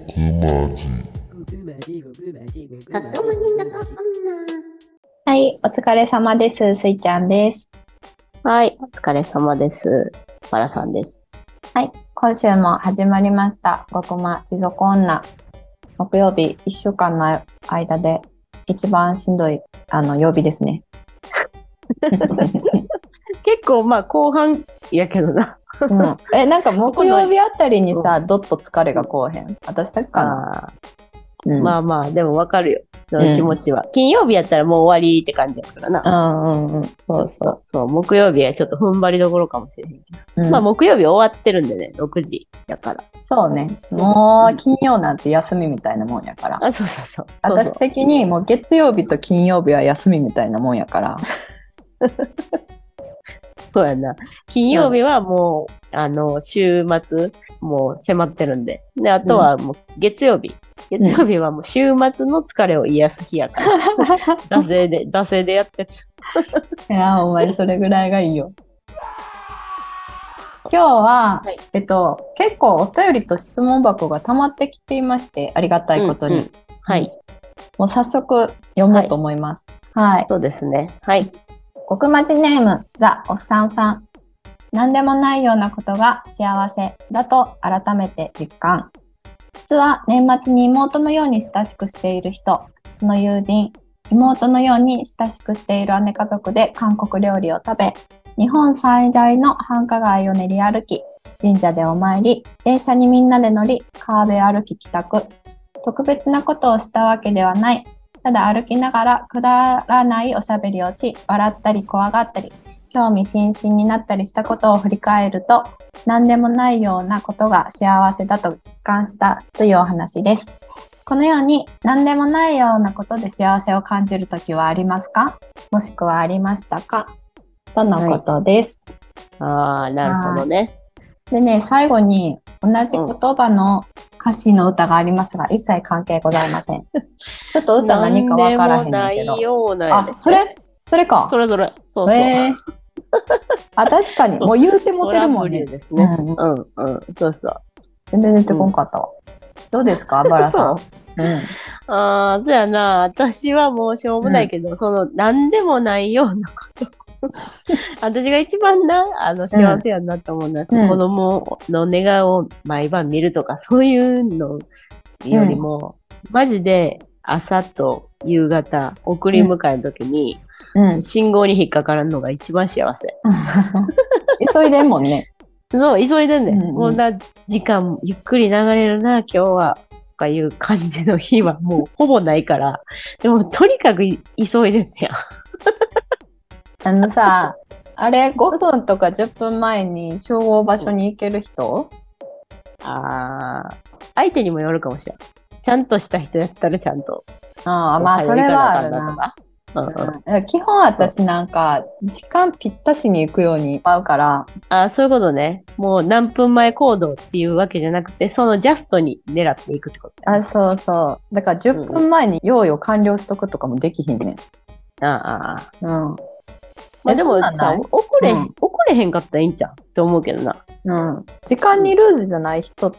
はい、お疲れ様です。すいちゃんです。 はい、お疲れ様です。バラさんです。 はい、今週も始まりました。ごくまちぞこ女。木曜日、1週間の間で一番しんどい曜日ですね。 結構後半やけどな。 なんか木曜日あたりにさ、どっと疲れがこうへん。私だけかな。 でもわかるよ。その気持ちは。金曜日やったらもう終わりって感じやからな。そう、木曜日はちょっと踏ん張りどころかもしれへんけど。木曜日終わってるんでね、6時やから。 そうね。もう金曜なんて休みみたいなもんやから。 そう。 私的にもう月曜日と金曜日は休みみたいなもんやから。 そうやな。金曜日はもう、週末、もう迫ってるんで。で、あとはもう月曜日。月曜日はもう週末の疲れを癒す日やから。惰性でやってる。 いや、お前それぐらいがいいよ。今日は、結構お便りと質問箱が溜まってきていまして、ありがたいことに。 はい。 もう早速読もうと思います。はい。 そうですね。はい。 ごくまちネーム、ザ・おっさんさん。何でもないようなことが幸せだと改めて実感。実は年末に妹のように親しくしている人、その友人、妹のように親しくしている姉家族で韓国料理を食べ、日本最大の繁華街を練り歩き、神社でお参り、電車にみんなで乗り、川辺歩き帰宅。特別なことをしたわけではない。ただ歩きながらくだらないおしゃべりをし、笑ったり怖がったり、興味津々になったりしたことを振り返ると、何でもないようなことが幸せだと実感したというお話です。このように何でもないようなことで幸せを感じるときはありますか？もしくはありましたか？とのことです。 なるほどね。 でね、最後に同じ言葉の歌詞の歌がありますが、一切関係ございません。ちょっと歌何かわからへんねんけど。それか。 それ。そう。 確かに。もう言うてもてるもんね。 ですね。そう。 全然出てこんかったわ。どうですか、バラさん。 そうやな。私はもうしょうもないけど、何でもないようなこと。私が一番幸せやなと思うのは、子供の寝顔を毎晩見るとか、そういうのよりも、マジで朝と夕方、送り迎えの時に、信号に引っかからんのが一番幸せ。 急いでんもんね。 そう、急いでんねん。もう時間ゆっくり流れるな、今日は。とかいう感じの日はもうほぼないから。でも、とにかく急いでんねや。 あれ5分とか10分前に集合場所に行ける人？ 相手にもよるかもしれん。ちゃんとした人やったらちゃんと。 それはあるな。基本私なんか時間ぴったしに行くように会うから。 そういうことね。もう何分前行動っていうわけじゃなくて、そのジャストに狙っていくってことだね。 そう。だから10分前に用意を完了しとくとかもできひんねん。 でもさ、遅れへんかったらいいんちゃうって思うけどな。 時間にルーズじゃない人って、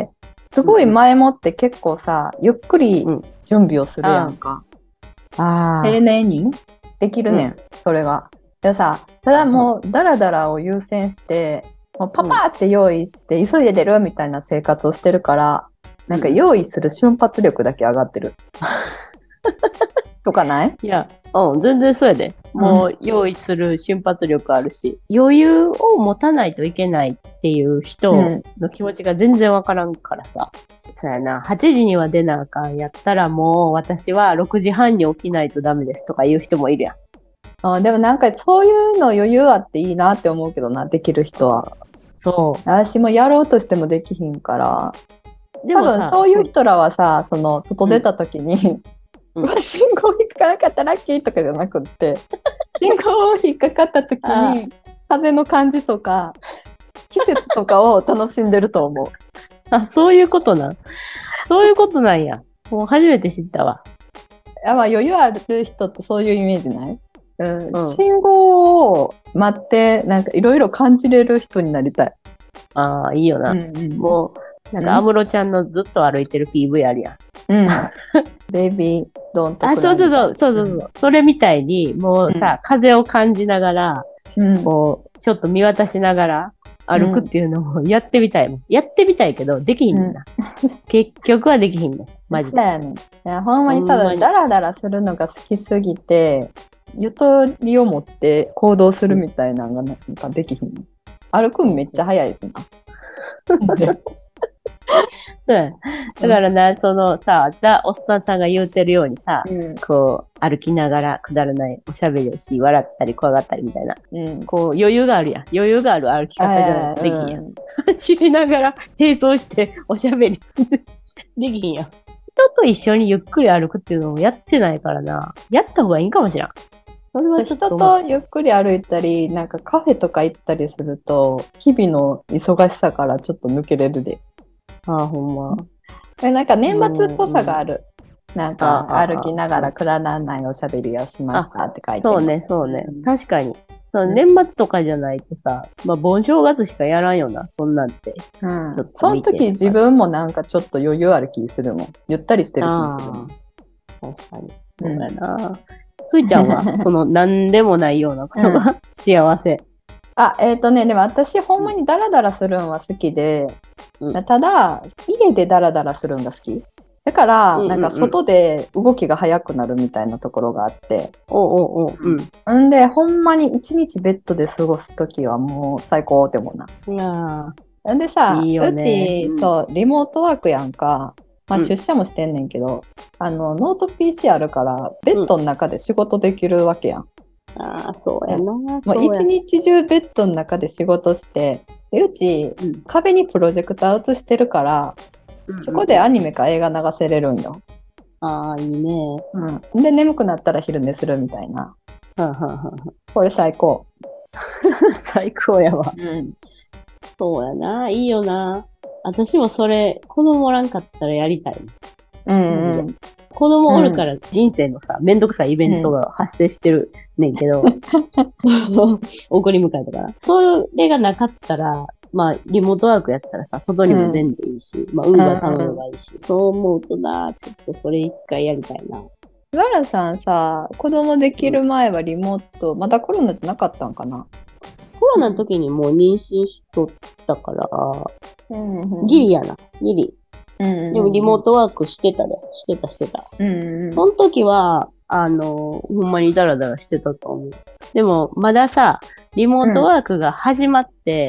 すごい前もって結構さ、ゆっくり準備をするやんか。丁寧にできるねん、それが。でさ、ただもうダラダラを優先して、もうパパって用意して急いで出るみたいな生活をしてるから、なんか用意する瞬発力だけ上がってる。とかない？ いや、全然そうやで。もう用意する瞬発力あるし、余裕を持たないといけないっていう人の気持ちが全然わからんからさ。そうやな、8時には出なあかんやったらもう私は6時半に起きないとダメですとか言う人もいるやん。 でもなんかそういうの余裕あっていいなって思うけどな、できる人は。 そう。 私もやろうとしてもできひんから。でも多分そういう人らはさ、外出た時に、信号引っかからなかったらラッキーとかじゃなくって、信号引っかかった時に風の感じとか季節とかを楽しんでると思う。 そういうことなん。そういうことなんや。もう初めて知ったわ。 余裕ある人ってそういうイメージない？信号を待ってなんかいろいろ感じれる人になりたい。 いいよな。もうなんか安室ちゃんのずっと歩いてる PV あるやん。 うん。ベイビードンとあ、そうそうそう、そうそうそう。それみたいに、もうさ、風を感じながら、こう、ちょっと見渡しながら歩くっていうのもやってみたいもん。やってみたいけど、できひんねんな。結局はできひんねん。マジで。 そうやねん。いや、ほんまに多分、ダラダラするのが好きすぎて、ゆとりを持って行動するみたいなのがなんかできひん。歩くんめっちゃ早いしな。 だからな、そのさ、おっさんさんが言うてるようにさ、こう、歩きながらくだらないおしゃべりをし、笑ったり怖がったりみたいな。こう、余裕があるやん。余裕がある歩き方じゃないとできんやん。走りながら並走しておしゃべりできひんやん。人と一緒にゆっくり歩くっていうのをやってないからな。やった方がいいかもしれん。 それは人とゆっくり歩いたり、なんかカフェとか行ったりすると、日々の忙しさからちょっと抜けれるで。 ああ、ほんま。 なんか年末っぽさがある。なんか歩きながらくだらないおしゃべりをしましたって書いてる。 そうね、そうね。確かに。年末とかじゃないとさ、まあ、盆正月しかやらんよな、そんなんて。 その時自分もなんかちょっと余裕ある気するもん。ゆったりしてる気するもん。 確かに。そうだな。すいちゃんは、その何でもないようなことが幸せ。 でも私ほんまにダラダラするんは好きで、ただ家でダラダラするんが好きだから、なんか外で動きが速くなるみたいなところがあって、んでほんまに一日ベッドで過ごす時はもう最高って思うな。んでさ、うちそうリモートワークやんか、まあ、出社もしてんねんけど、ノート PC あるからベッドの中で仕事できるわけやん。 ああ、そうやな。 もう一日中ベッドの中で仕事して、でうち、壁にプロジェクター映してるから、そこでアニメか映画流せれるんよ。 ああ、いいね。 で、眠くなったら昼寝するみたいな。これ最高。 最高やわ。そうやな。いいよな。私もそれ、子供おらんかったらやりたい。子供おるから人生のさ、めんどくさいイベントが発生してるねんけど、送り迎えとか。それがなかったら、まあ、リモートワークやったらさ、外にも出んでいいし、まあ、ウーバー頼めばいいし、そう思うとな、ちょっとそれ一回やりたいな。 わらさんさ、子供できる前はリモート、まだコロナじゃなかったんかな？ コロナの時にもう妊娠しとったから、ギリやな、ギリ。でもリモートワークしてた。その時は、ほんまにダラダラしてたと思う。でも、まださ、リモートワークが始まって、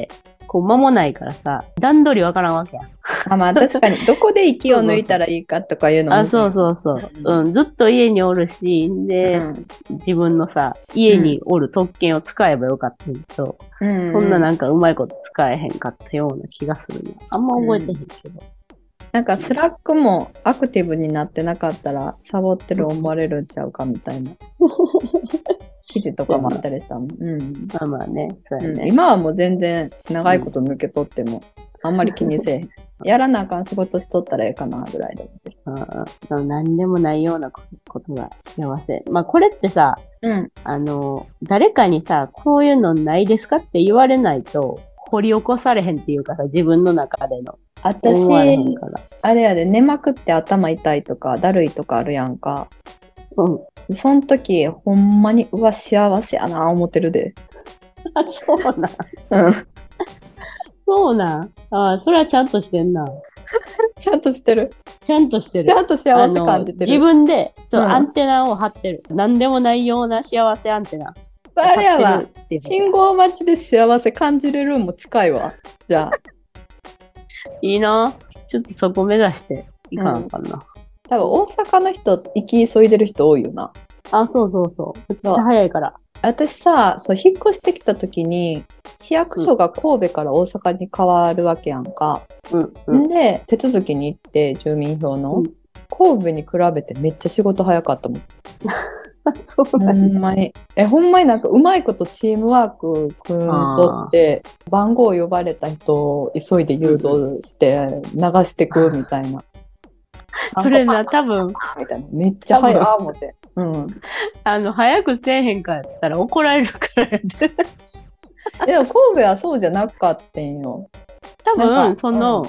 こう、間もないからさ、段取りわからんわけや。 まあ確かに、どこで息を抜いたらいいかとかいうのも。 そう。ずっと家におるし、で、自分のさ、家におる特権を使えばよかったけど、そんななんかうまいこと使えへんかったような気がするな。あんま覚えてへんけど。 なんかスラックもアクティブになってなかったらサボってる思われるんちゃうかみたいな記事とかもあったりしたもん。 まあね、そうやね。 今はもう全然長いこと抜けとってもあんまり気にせえへん。やらなあかん仕事しとったらええかなぐらいで思ってる。 何でもないようなことが幸せ。まあこれってさ、誰かにさ、こういうのないですかって言われないと掘り起こされへんっていうかさ、自分の中での。 私、あれやで、寝まくって頭痛いとか、だるいとかあるやんか。その時、ほんまに、うわ、幸せやな、思ってるで。 そうなん。そうなん。それはちゃんとしてんな。 ちゃんとしてる。 ちゃんとしてる。 ちゃんと幸せ感じてる。 自分で、アンテナを張ってる。何でもないような幸せアンテナ。 あれやわ。信号待ちで幸せ感じれるんも近いわ。じゃあ。 いいな。ちょっとそこ目指していかんかな。 多分大阪の人、行き急いでる人多いよな。 そう。めっちゃ早いから。 私さ、引っ越してきた時に、市役所が神戸から大阪に変わるわけやんか。で、手続きに行って、住民票の、神戸に比べてめっちゃ仕事早かったもん。ほんまに。ほんまになんかうまいことチームワーク組んとって、番号呼ばれた人を急いで誘導して流してくみたいな。 それな、多分。 みたいな。めっちゃ早い思って。 早くせえへんかったら怒られるからで。 でも神戸はそうじゃなかったんよ。 多分、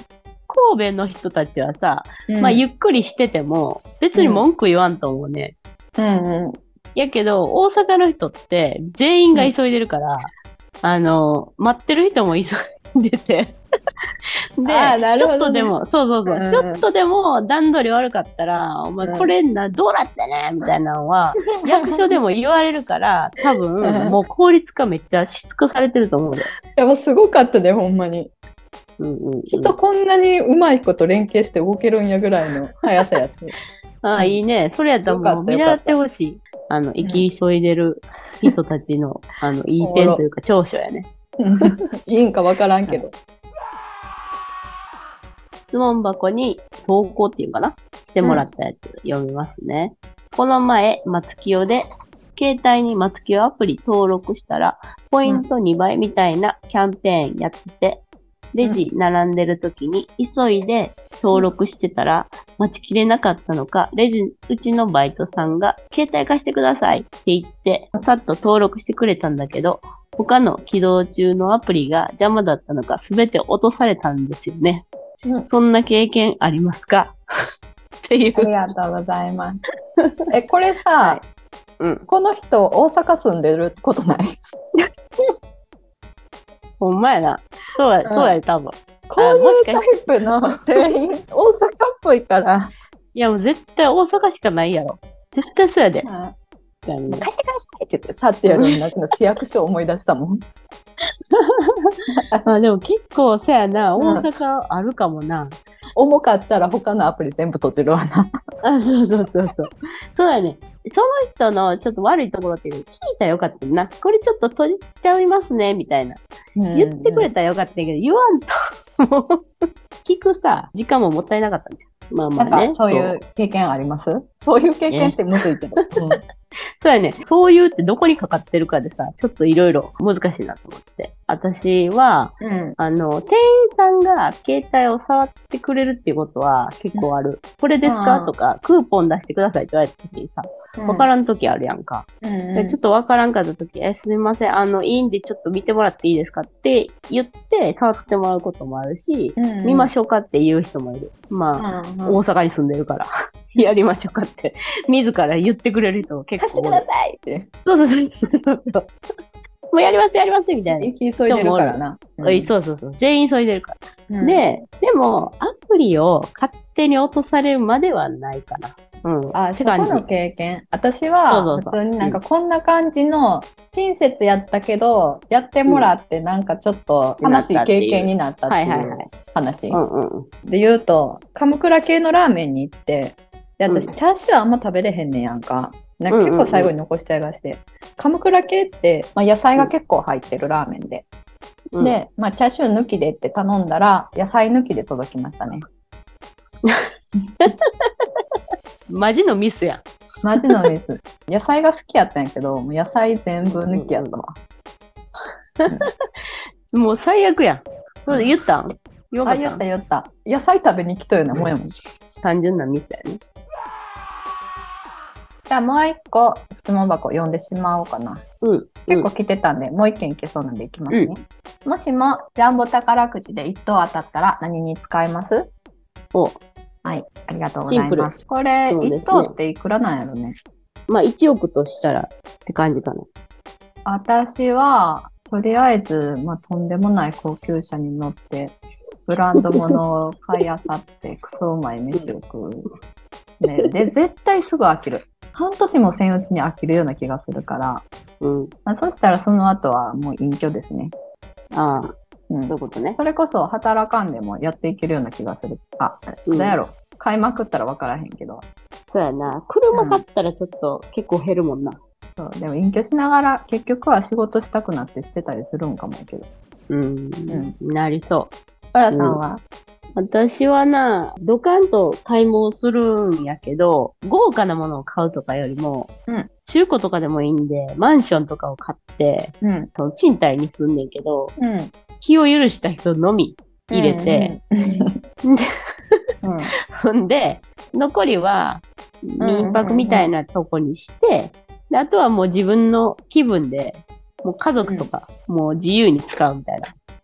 神戸の人たちはさ、 うんまあゆっくりしてても別に文句言わんと思うね。 うんうん。 やけど、大阪の人って全員が急いでるから、待ってる人も急いでて。で、ちなるほどねょっとでも、そう、 うんちょっとでも段取り悪かったら、お前これどうなってねみたいなのは、役所でも言われるから、多分、もう効率化めっちゃし尽くされてると思うで。 やっぱすごかったね、ほんまに。 人こんなにうまいこと連携して動けるんやぐらいの速さやって。 いいね。それやったらもう見習ってほしい。生き急いでる人たちの、いい点というか長所やね。 いいんかわからんけど。 質問箱に投稿っていうかなしてもらったやつ読みますね。この前、松清で、携帯に松清アプリ登録したら、ポイント2倍みたいなキャンペーンやってて、レジ並んでる時に急いで登録してたら、待ちきれなかったのか、うちのバイトさんが、携帯貸してくださいって言って、さっと登録してくれたんだけど、他の起動中のアプリが邪魔だったのか、すべて落とされたんですよね。そんな経験ありますかっていう。 ありがとうございます。これさ、この人大阪住んでるってことない？ ほんまやな。そうや、多分。 こういうタイプの店員、大阪っぽいから。 いや、もう絶対大阪しかないやろ。絶対そうやで。 貸してくださいって言って、さってやるんだけど、市役所思い出したもん。 まあでも結構そうやな、大阪あるかもな。 重かったら他のアプリ全部閉じるわな。 そう。そうやね。その人のちょっと悪いところっていう聞いたらよかったな。これちょっと閉じちゃいますね、みたいな。言ってくれたらよかったけど、言わんと、もう、聞くさ、時間ももったいなかったんですよ。まあまあね。 なんかそういう経験あります？そういう経験ってむずいけど。 そうやね。そういうってどこにかかってるかでさ、ちょっといろいろ難しいなと思って。私は、店員さんが携帯を触ってくれるっていうことは結構ある。これですかとか、クーポン出してくださいって言われた時にさ、わからん時あるやんか。でちょっとわからんかった時、すみません、いいんでちょっと見てもらっていいですかって言って触ってもらうこともあるし、見ましょうかって言う人もいる。まあ、大阪に住んでるから。やりましょうかって、自ら言ってくれる人結構多い。 貸してくださいって。 そう。もうやりますみたいな。 行き急いでるからな。 そう。全員急いでるから。でも、アプリを勝手に落とされるまではないかな。 そこの経験。私は、普通になんかこんな感じの親切やったけど、やってもらってなんかちょっと悲しい経験になったっていう話。で言うと、鎌倉系のラーメンに行って、で私、チャーシューあんま食べれへんねんやんか。なんか結構最後に残しちゃいがして。鎌倉系って、野菜が結構入ってるラーメンで。で、チャーシュー抜きでって頼んだら、野菜抜きで届きましたね。 マジのミスやん。 マジのミス。野菜が好きやったんやけど、もう野菜全部抜きやったわ。 もう最悪やん。それ言ったん？ 言った。野菜食べに来とるようなもんやもん。 単純なミスやね。 じゃあもう一個質問箱読んでしまおうかな。結構来てたんで、もう一件いけそうなんでいきますね。もしもジャンボ宝くじで1等当たったら何に使います？はい、ありがとうございます。これ、1等っていくらなんやろね。 1億としたらって感じかな。 私は、とりあえず、とんでもない高級車に乗って、ブランド物を買いあさって、クソうまい飯を食う。ね、で、絶対すぐ飽きる。半年もせんうちに飽きるような気がするから、そしたらその後はもう隠居ですね。 そういうことね。 それこそ働かんでもやっていけるような気がする。なんやろ。買いまくったら分からへんけど。 そうやな。車買ったらちょっと結構減るもんな。 そう、でも隠居しながら結局は仕事したくなってしてたりするんかもやけど。 なりそう。 パラさんは？ 私はな、ドカンと買い物するんやけど、豪華なものを買うとかよりも、中古とかでもいいんで、マンションとかを買って、賃貸に住んねんけど、気を許した人のみ入れて、ほんで、残りは民泊みたいなとこにして、であとはもう自分の気分で、もう家族とか、もう自由に使うみたいな。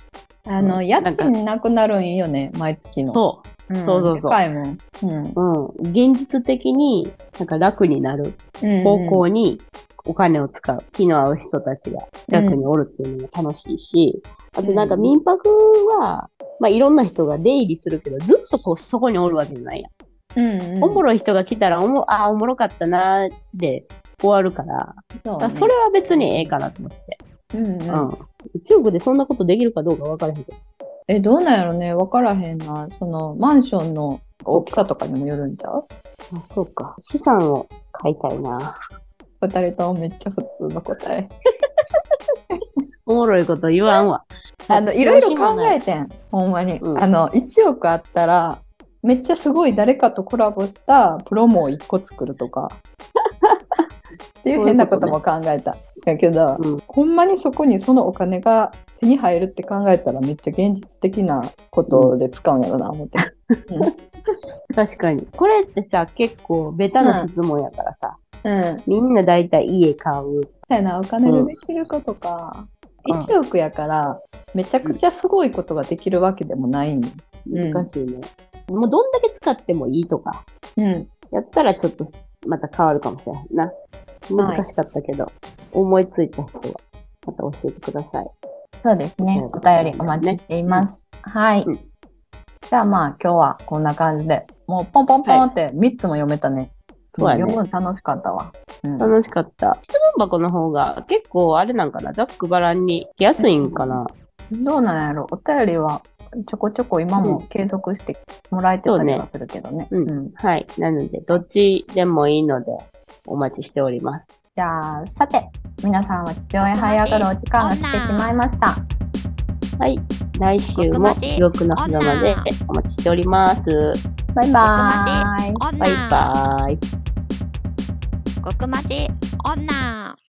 家なんか賃なくなるんよね、毎月の。 そううん、 そうそうそう高いもん。 現実的になんか楽になる方向にお金を使う。気の合う人たちが近くにおるっていうのが楽しいし、あとなんか民泊は、まあいろんな人が出入りするけど、ずっとこうそこにおるわけじゃないや。おもろい人が来たらおもろかったなーで終わるから、それは別にええかなと思って。中国でそんなことできるかどうか分からへんけど。 どうなんやろね、分からへんな。そのマンションの大きさとかにもよるんちゃう？ そうか。資産を買いたいな。 二人ともめっちゃ普通の答え。 おもろいこと言わんわ。 いろいろ考えてん、ほんまに。1億あったら、めっちゃすごい誰かとコラボしたプロモを1個作るとか。っていう変なことも考えた。だけど、ほんまにそこにそのお金が手に入るって考えたらめっちゃ現実的なことで使うんやろな、思って。 確かに。これってさ、結構ベタな質問やからさ。みんなだいたい家買う。 そうやな、お金でできることか。1億やからめちゃくちゃすごいことができるわけでもないん。 難しいね。もうどんだけ使ってもいいとか。やったらちょっとまた変わるかもしれないな。難しかったけど、思いついた人はまた教えてください。 そうですね。お便りお待ちしています。はい。じゃあまあ今日はこんな感じで、もうポンポンポンって3つも読めたね。読むの楽しかったわ。 楽しかった。質問箱の方が結構あれなんかな、ざっくばらんに安いんかな。 どうなんやろ。お便りはちょこちょこ今も継続してもらえてたりはするけどね。 はい。なので、どっちでもいいので、お待ちしております。 じゃあ、さて、皆さんは地上へ這い上がるお時間が来てしまいました。 はい。来週も地獄の狭間でお待ちしております。 バイバーイ。 バイバーイ。 極マジ女。